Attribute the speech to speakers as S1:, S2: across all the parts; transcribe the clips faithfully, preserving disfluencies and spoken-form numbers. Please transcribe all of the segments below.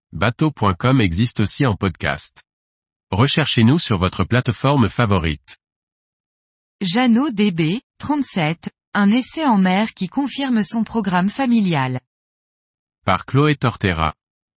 S1: bateau point com existe aussi en podcast. Recherchez-nous sur votre plateforme favorite.
S2: Jeannot D B, trente-sept, un essai en mer qui confirme son programme familial.
S1: Par Chloé Tortera.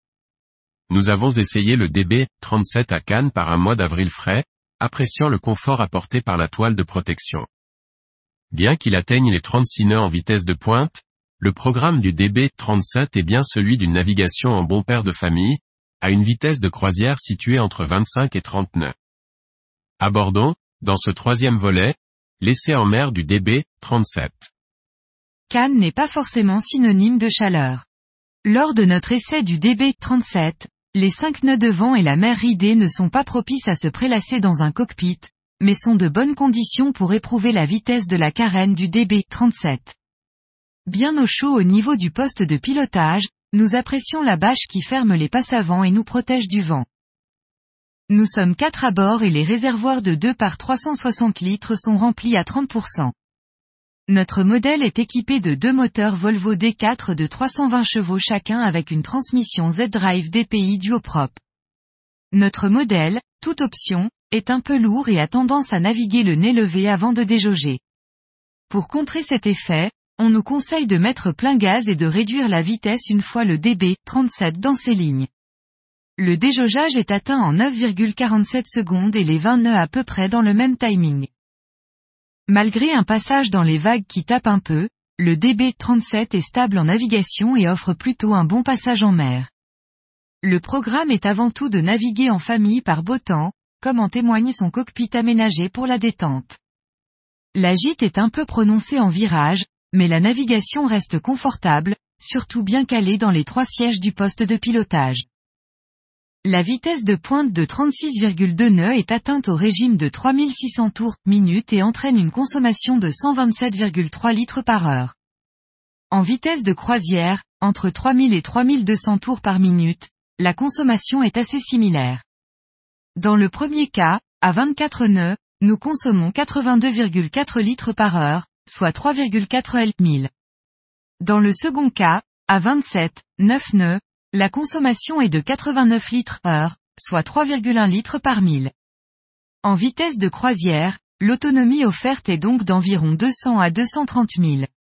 S1: Nous avons essayé le D B trente-sept à Cannes par un mois d'avril frais, appréciant le confort apporté par la toile de protection. Bien qu'il atteigne les trente-six nœuds en vitesse de pointe, le programme du D B trente-sept est bien celui d'une navigation en bon père de famille, à une vitesse de croisière située entre vingt-cinq et trente nœuds. Abordons, dans ce troisième volet, l'essai en mer du D B trente-sept.
S2: Cannes n'est pas forcément synonyme de chaleur. Lors de notre essai du D B trente-sept, les cinq nœuds de vent et la mer ridée ne sont pas propices à se prélasser dans un cockpit, mais sont de bonnes conditions pour éprouver la vitesse de la carène du D B trente-sept. Bien au chaud au niveau du poste de pilotage, nous apprécions la bâche qui ferme les passe-avant et nous protège du vent. Nous sommes quatre à bord et les réservoirs de deux par trois cent soixante litres sont remplis à trente pour cent. Notre modèle est équipé de deux moteurs Volvo D quatre de trois cent vingt chevaux chacun avec une transmission Z-Drive D P I duoprop. Notre modèle, toute option, est un peu lourd et a tendance à naviguer le nez levé avant de déjauger. Pour contrer cet effet, on nous conseille de mettre plein gaz et de réduire la vitesse une fois le D B trente-sept dans ses lignes. Le déjaugeage est atteint en neuf virgule quarante-sept secondes et les vingt nœuds à peu près dans le même timing. Malgré un passage dans les vagues qui tape un peu, le D B trente-sept est stable en navigation et offre plutôt un bon passage en mer. Le programme est avant tout de naviguer en famille par beau temps, comme en témoigne son cockpit aménagé pour la détente. La gîte est un peu prononcée en virage, mais la navigation reste confortable, surtout bien calée dans les trois sièges du poste de pilotage. La vitesse de pointe de trente-six virgule deux nœuds est atteinte au régime de trois mille six cents tours minute et entraîne une consommation de cent vingt-sept virgule trois litres par heure. En vitesse de croisière, entre trois mille et trois mille deux cents tours par minute, la consommation est assez similaire. Dans le premier cas, à vingt-quatre nœuds, nous consommons quatre-vingt-deux virgule quatre litres par heure, soit trois virgule quatre litres mille. Dans le second cas, à vingt-sept, neuf nœuds, la consommation est de quatre-vingt-neuf litres heure, soit trois virgule un litres par mille. En vitesse de croisière, l'autonomie offerte est donc d'environ deux cents à deux cent trente milles.